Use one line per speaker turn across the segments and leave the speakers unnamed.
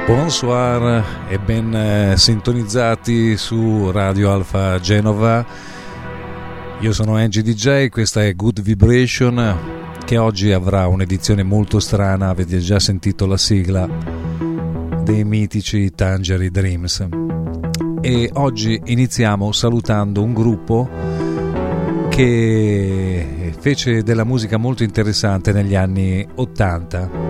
Bonsoir e ben sintonizzati su Radio Alfa Genova. Io sono Angie DJ, questa è Good Vibration, che oggi avrà un'edizione molto strana. Avete già sentito la sigla dei mitici Tangerine Dreams. E oggi iniziamo salutando un gruppo che fece della musica molto interessante negli anni 80.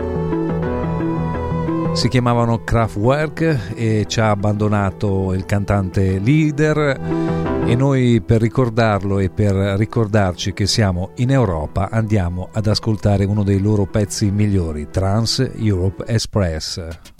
Si chiamavano Kraftwerk e ci ha abbandonato il cantante leader, e noi, per ricordarlo e per ricordarci che siamo in Europa, andiamo ad ascoltare uno dei loro pezzi migliori, Trans Europe Express.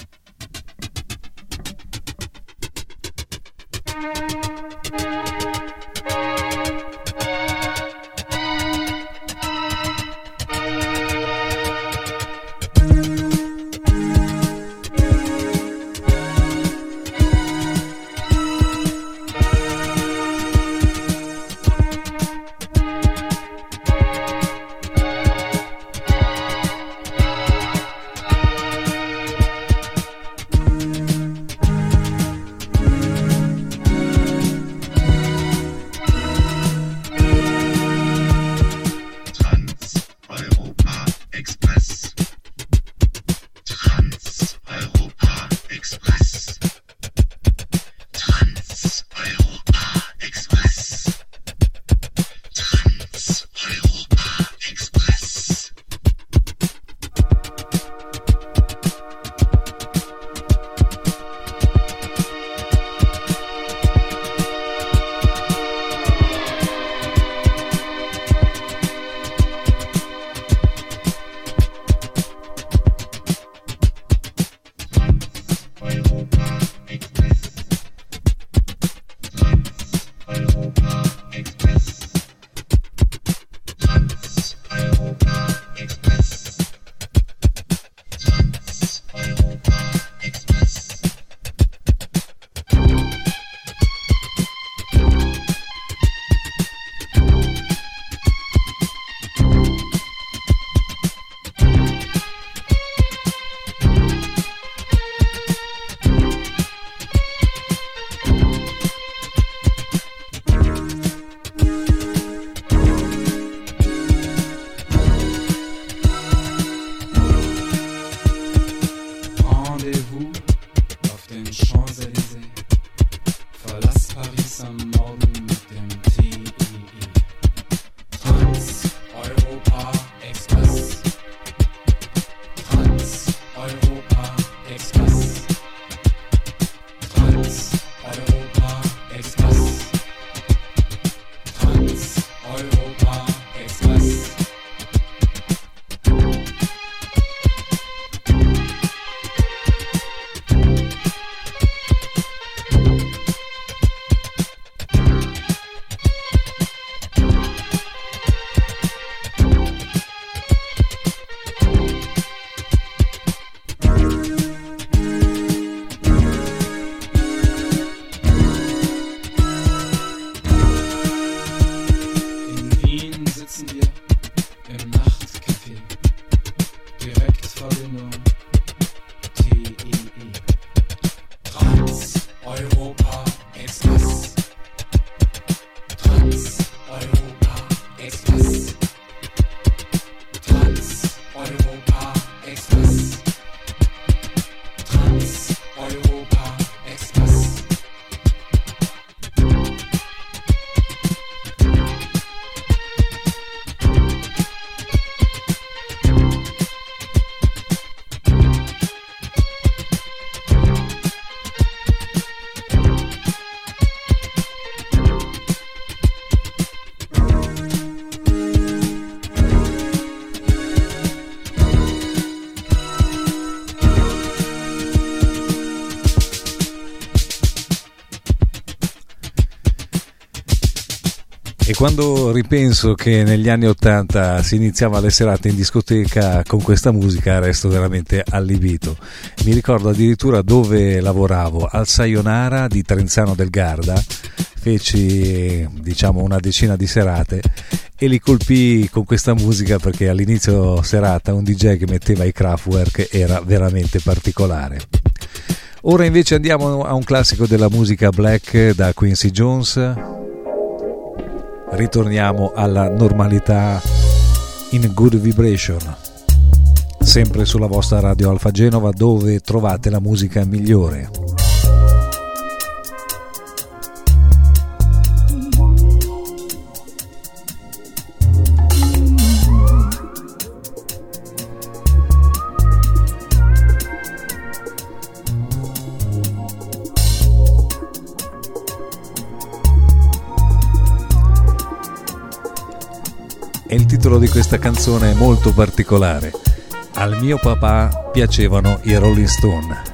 E quando ripenso che negli anni '80 si iniziava le serate in discoteca con questa musica, resto veramente allibito. Mi ricordo addirittura dove lavoravo, al Sayonara di Trenzano del Garda. Feci una decina di serate e li colpii con questa musica, perché all'inizio serata un DJ che metteva i Kraftwerk era veramente particolare. Ora invece andiamo a un classico della musica black da Quincy Jones. Ritorniamo alla normalità in Good Vibration, sempre sulla vostra Radio Alfa Genova, dove trovate la musica migliore. E il titolo di questa canzone è molto particolare. Al mio papà piacevano i Rolling Stone.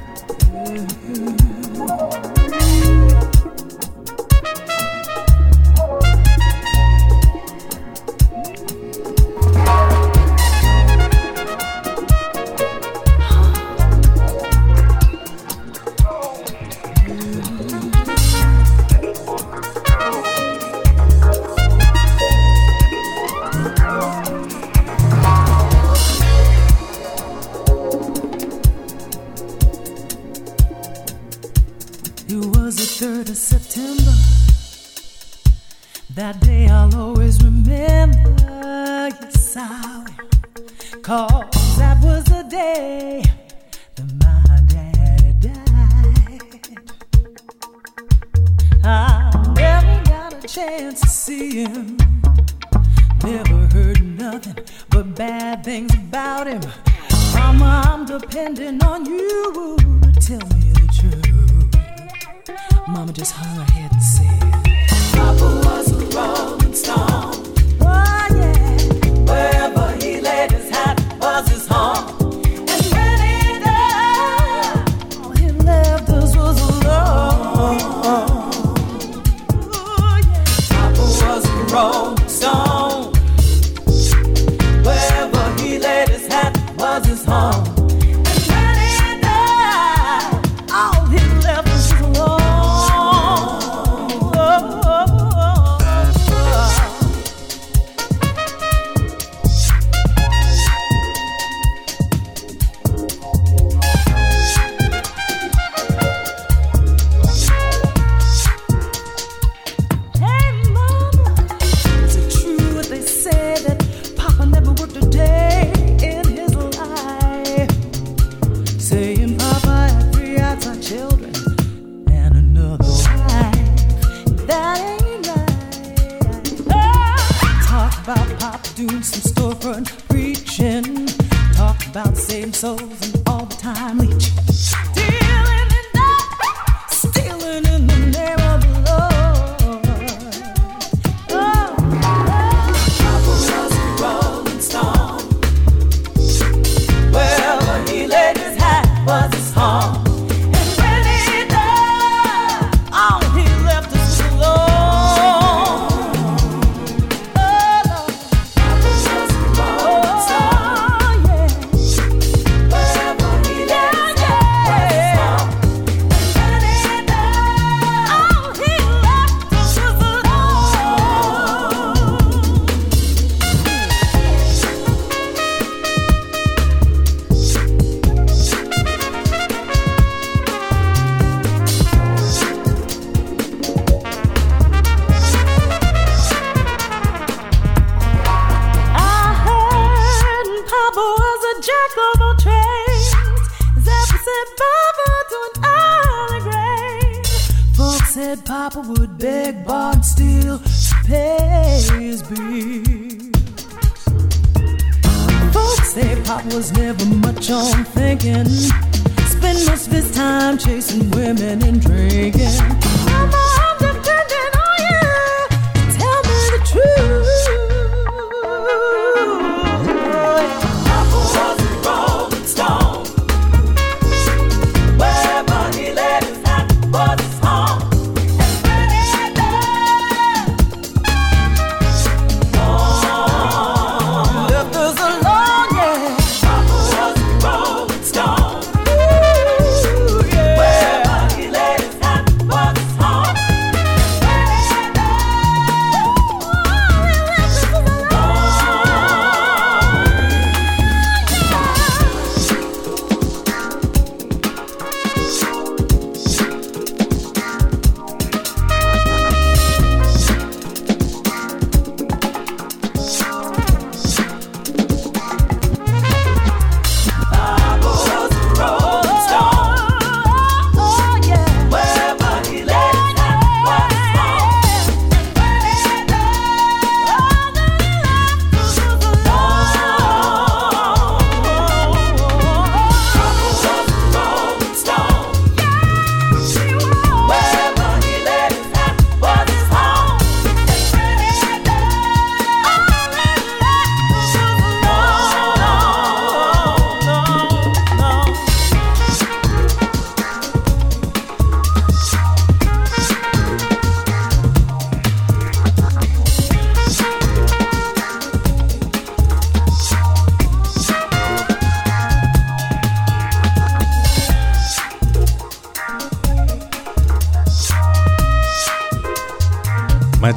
Was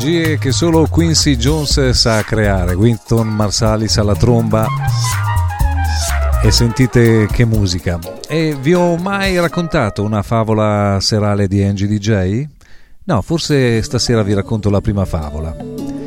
sinergie che solo Quincy Jones sa creare. Wynton Marsalis alla tromba, e sentite che musica. E vi ho mai raccontato una favola serale di Angie DJ? No, forse stasera vi racconto la prima favola.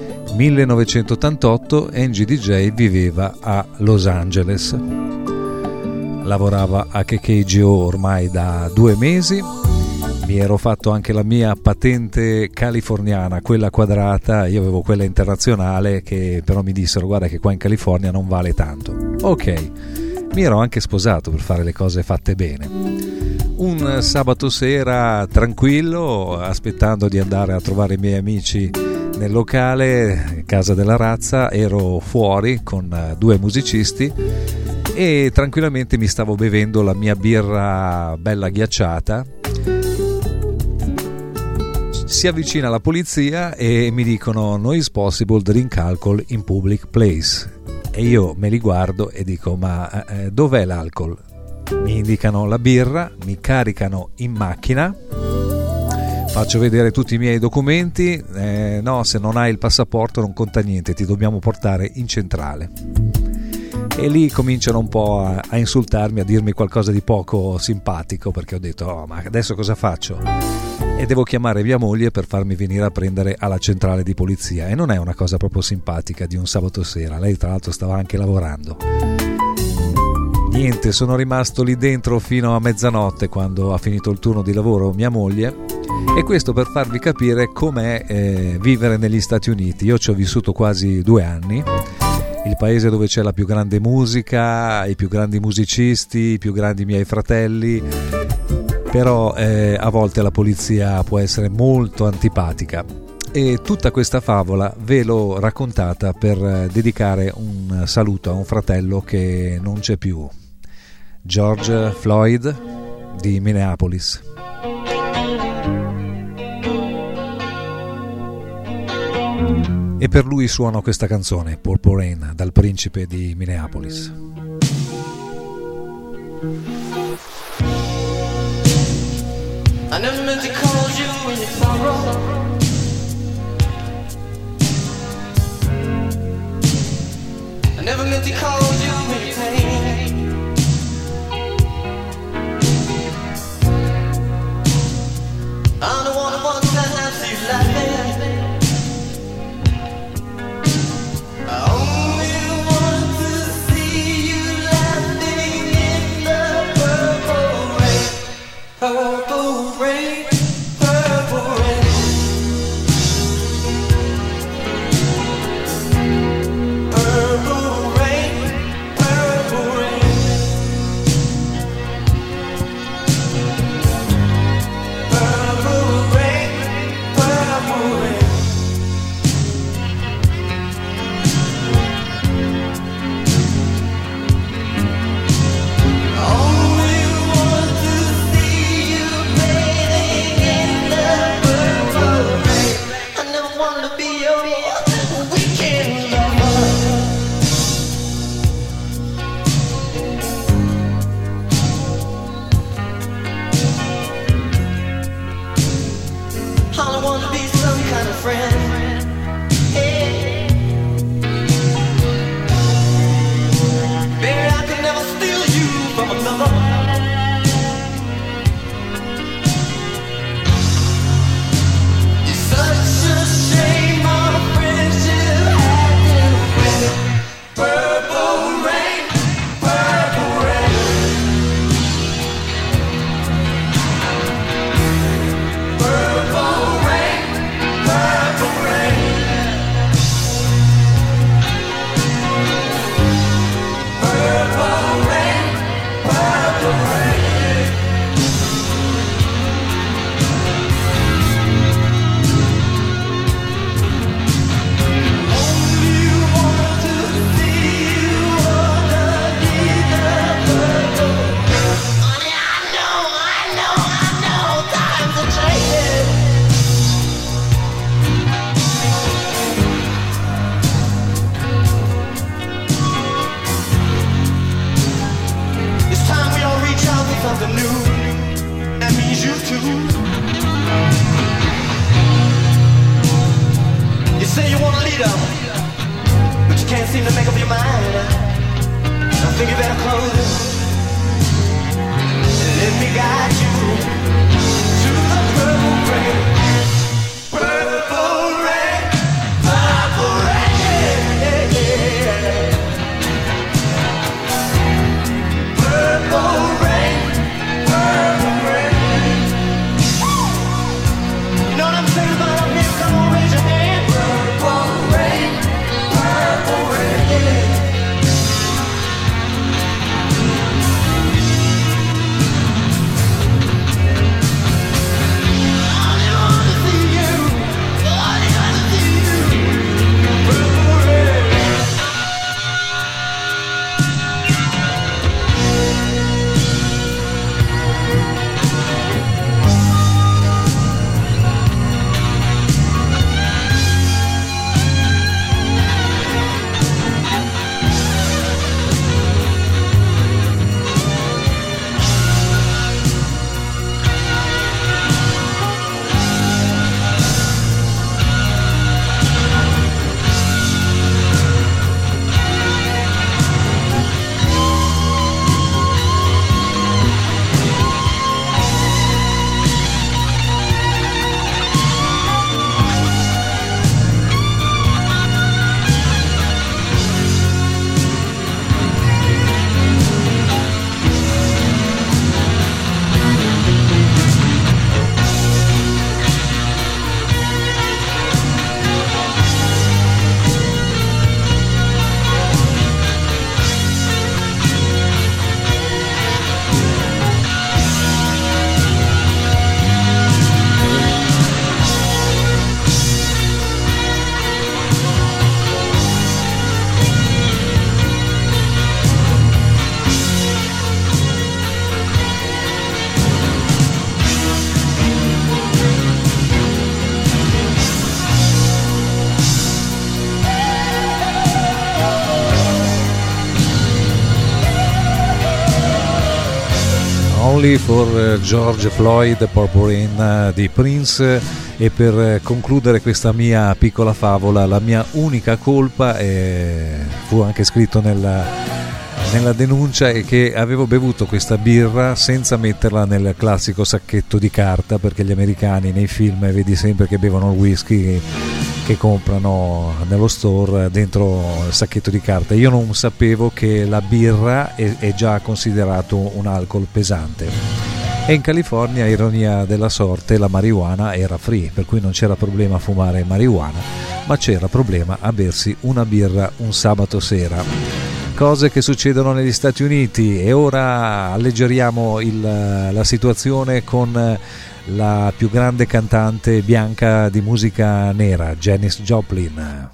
1988, Angie DJ viveva a Los Angeles, lavorava a KKGO ormai da 2 mesi. Mi ero fatto anche la mia patente californiana, quella quadrata. Io avevo quella internazionale, che però mi dissero: guarda che qua in California non vale tanto. Ok, mi ero anche sposato per fare le cose fatte bene. Un sabato sera tranquillo, aspettando di andare a trovare i miei amici nel locale Casa della Razza, ero fuori con 2 musicisti e tranquillamente mi stavo bevendo la mia birra bella ghiacciata. Si avvicina la polizia e mi dicono: no is possible drink alcohol in public place. E io me li guardo e dico: ma dov'è l'alcol? Mi indicano la birra, mi caricano in macchina, faccio vedere tutti i miei documenti. No, se non hai il passaporto non conta niente, ti dobbiamo portare in centrale. E lì cominciano un po' a insultarmi, a dirmi qualcosa di poco simpatico, perché ho detto: oh, ma adesso cosa faccio? E devo chiamare mia moglie per farmi venire a prendere alla centrale di polizia, e non è una cosa proprio simpatica di un sabato sera. Lei tra l'altro stava anche lavorando. Niente, sono rimasto lì dentro fino a mezzanotte, quando ha finito il turno di lavoro mia moglie. E questo per farvi capire com'è vivere negli Stati Uniti. Io ci ho vissuto quasi 2 anni, il paese dove c'è la più grande musica, i più grandi musicisti, i più grandi miei fratelli. Però a volte la polizia può essere molto antipatica, e tutta questa favola ve l'ho raccontata per dedicare un saluto a un fratello che non c'è più, George Floyd di Minneapolis. E per lui suono questa canzone, Purple Rain, dal Principe di Minneapolis.
I never meant to call you in your sorrow. I never meant to call you in your pain. I'm the one who wants to have you laughing. I only want to see you laughing in the purple rain. Purple rain, purple rain. Purple rain, purple wanna lead them, but you can't seem to make up your mind. I think you better close it. Let me guide you to the purple rain. Purple rain, purple rain, yeah, yeah. Purple rain, purple rain. You know what I'm saying about up here? Come on, raise your hand. Purple rain, purple rain, yeah.
Only for George Floyd, Purple Rain di Prince. E per concludere questa mia piccola favola, la mia unica colpa, fu anche scritto nella denuncia, è che avevo bevuto questa birra senza metterla nel classico sacchetto di carta, perché gli americani nei film vedi sempre che bevono il whisky che comprano nello store dentro il sacchetto di carta. Io non sapevo che la birra è già considerato un alcol pesante, e in California, ironia della sorte, la marijuana era free, per cui non c'era problema a fumare marijuana, ma c'era problema a bersi una birra un sabato sera. Cose che succedono negli Stati Uniti. E ora alleggeriamo la situazione con la più grande cantante bianca di musica nera, Janis Joplin.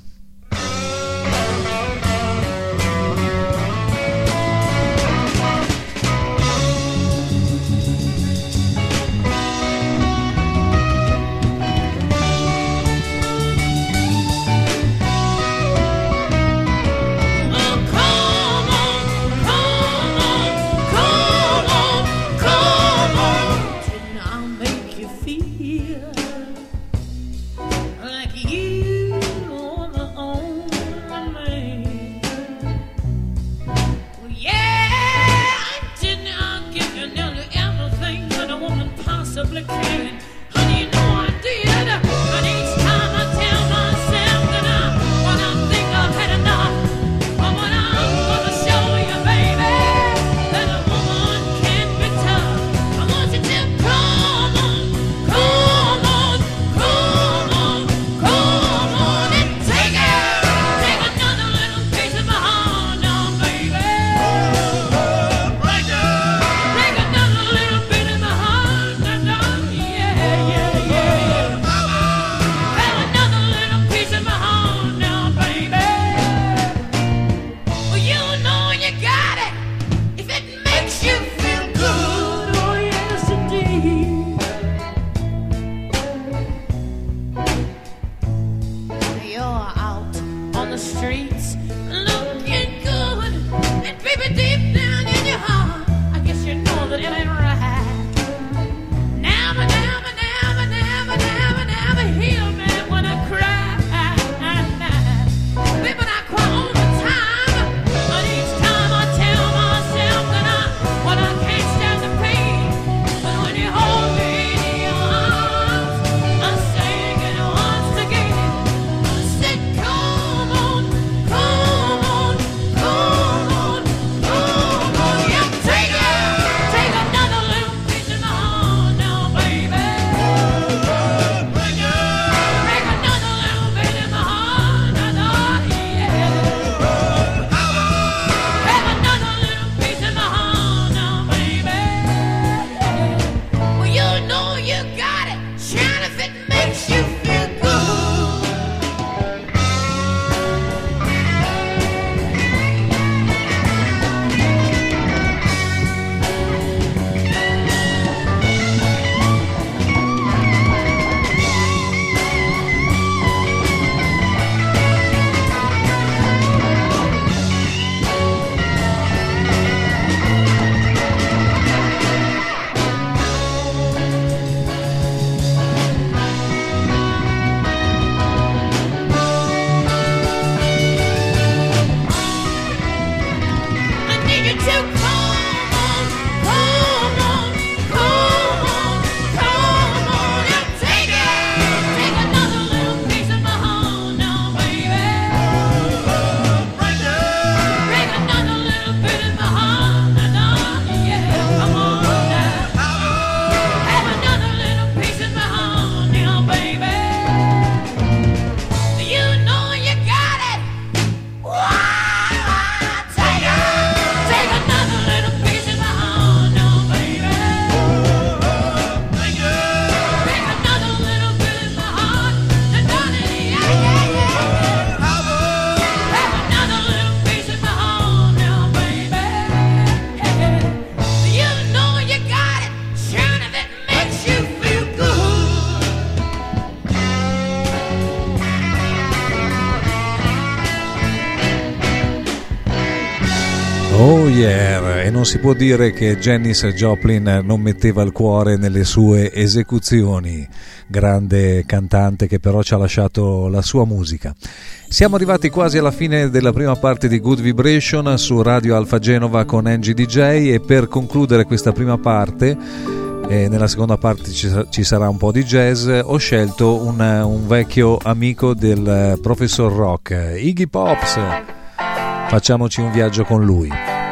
Oh yeah, e non si può dire che Janis Joplin non metteva il cuore nelle sue esecuzioni. Grande cantante che però ci ha lasciato la sua musica. Siamo arrivati quasi alla fine della prima parte di Good Vibration su Radio Alfa Genova con Angie DJ, e per concludere questa prima parte, nella seconda parte ci sarà un po' di jazz, ho scelto un vecchio amico del professor rock, Iggy Pops. Facciamoci un viaggio con lui.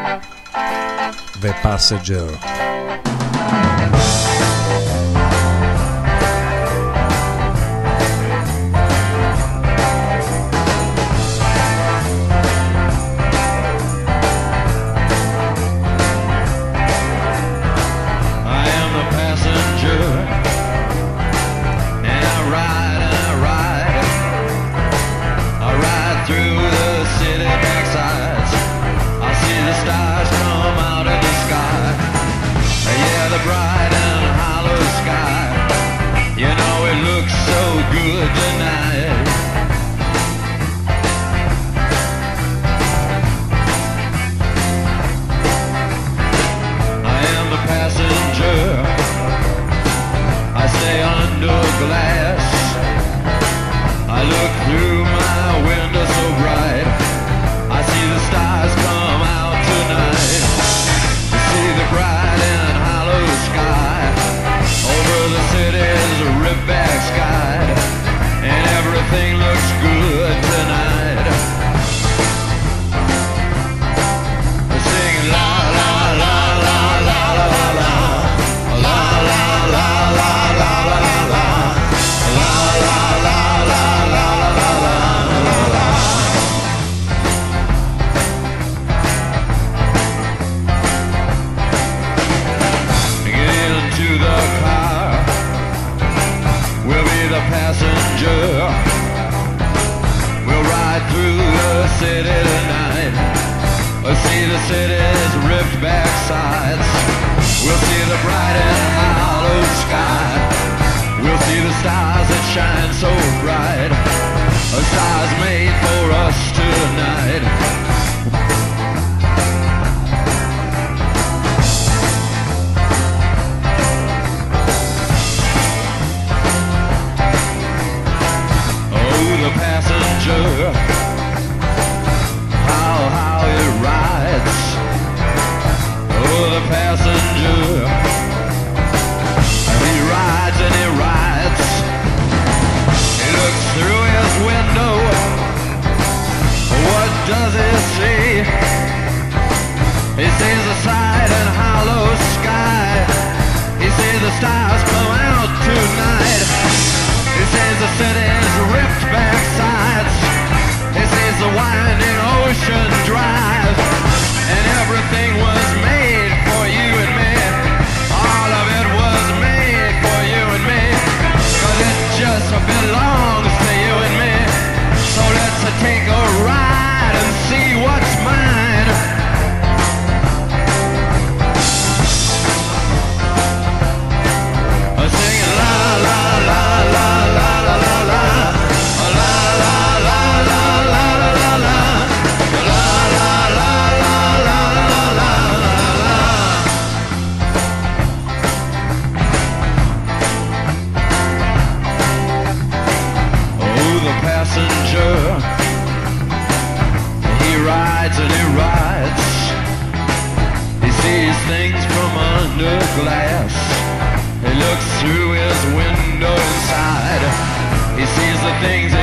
The Passenger.
Things